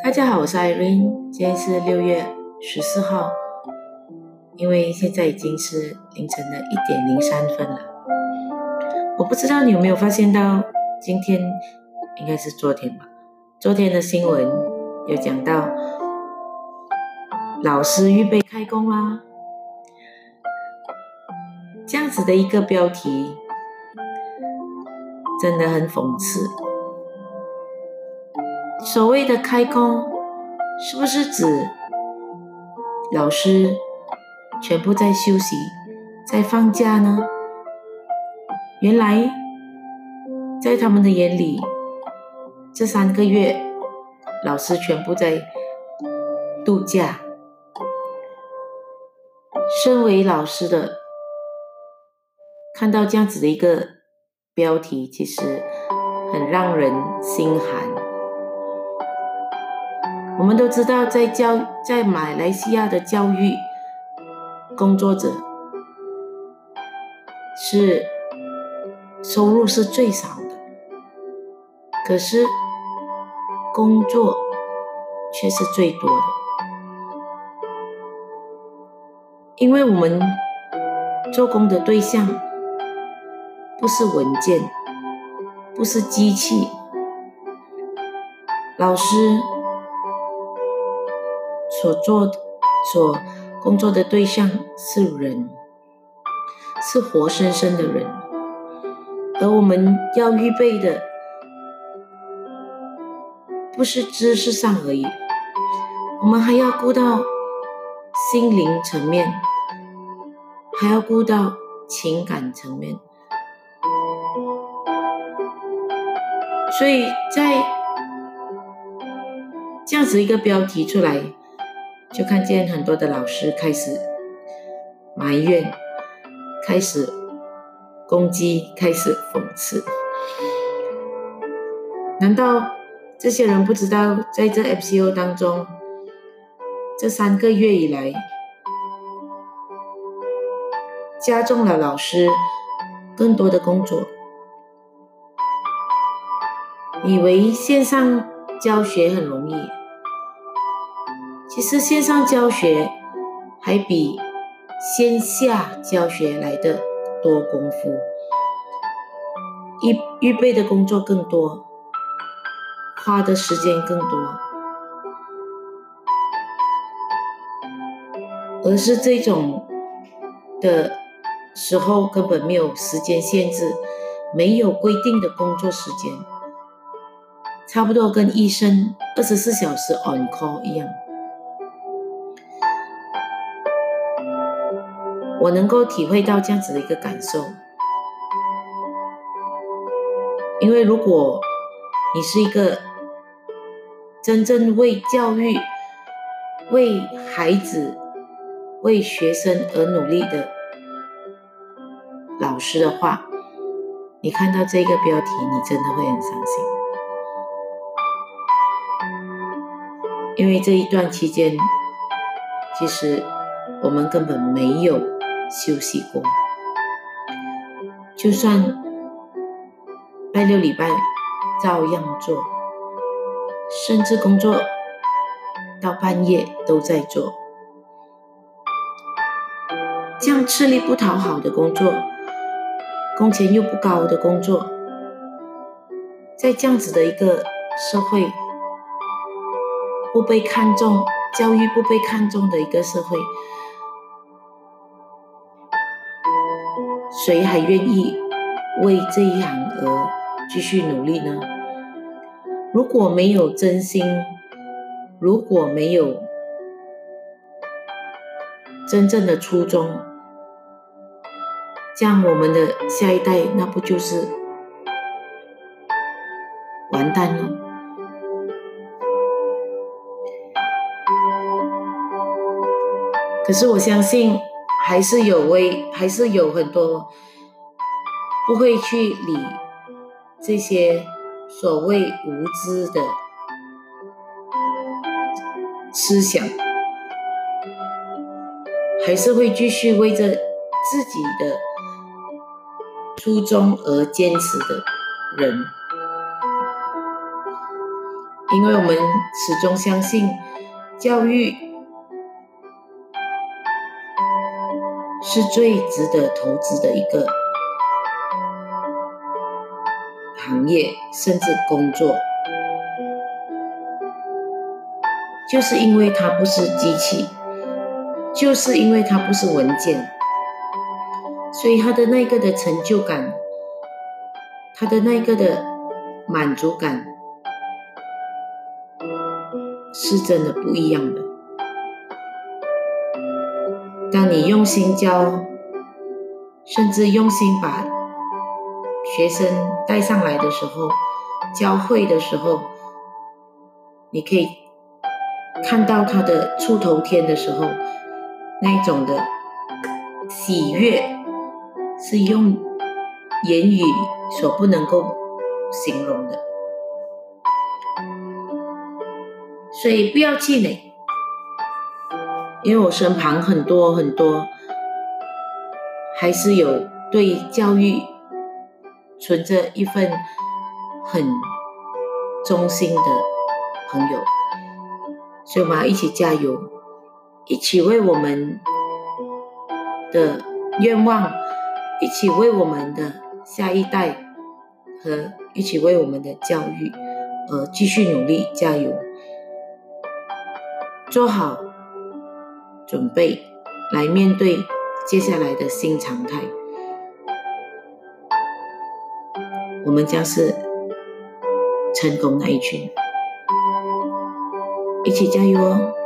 大家好，我是 Irene， 今天是6月14号，因为现在已经是凌晨的1点03分了。我不知道你有没有发现到，今天应该是昨天吧，昨天的新闻有讲到老师预备开工啦，这样子的一个标题真的很讽刺。所谓的开工，是不是指老师全部在休息，在放假呢？原来在他们的眼里，这3个月老师全部在度假。身为老师的看到这样子的一个标题，其实很让人心寒。我们都知道在马来西亚的教育工作者是收入是最少的，可是工作却是最多的。因为我们做工的对象不是文件，不是机器，老师所工作的对象是人，是活生生的人，而我们要预备的不是知识上而已，我们还要顾到心灵层面，还要顾到情感层面。所以在这样子一个标题出来，就看见很多的老师开始埋怨，开始攻击，开始讽刺。难道这些人不知道，在这 FCO 当中，这3个月以来，加重了老师更多的工作？以为线上教学很容易，其实线上教学还比线下教学来的多功夫，预备的工作更多，花的时间更多，而是这种的时候根本没有时间限制，没有规定的工作时间，差不多跟医生24小时 on call 一样。我能够体会到这样子的一个感受，因为如果你是一个真正为教育、为孩子、为学生而努力的老师的话，你看到这个标题，你真的会很伤心。因为这一段期间，其实我们根本没有休息过，就算拜6礼拜照样做，甚至工作到半夜都在做。这样吃力不讨好的工作，工钱又不高的工作，在这样子的一个社会不被看重，教育不被看重的一个社会，谁还愿意为这一行而继续努力呢？如果没有真心，如果没有真正的初衷，这样我们的下一代那不就是完蛋了？可是我相信还是有很多不会去理这些所谓无知的思想，还是会继续为着自己的初衷而坚持的人。 因为我们始终相信教育是最值得投资的一个行业，甚至工作，就是因为它不是机器，就是因为它不是文件，所以它的那个的成就感，它的那个的满足感是真的不一样的。当你用心教，甚至用心把学生带上来的时候，教会的时候，你可以看到他的出头天的时候，那一种的喜悦是用言语所不能够形容的。所以不要气馁，因为我身旁很多还是有对教育存着一份很忠心的朋友，所以我们要一起加油，一起为我们的愿望，一起为我们的下一代和一起为我们的教育继续努力加油，做好准备来面对接下来的新常态。我们将是成功那一群，一起加油哦！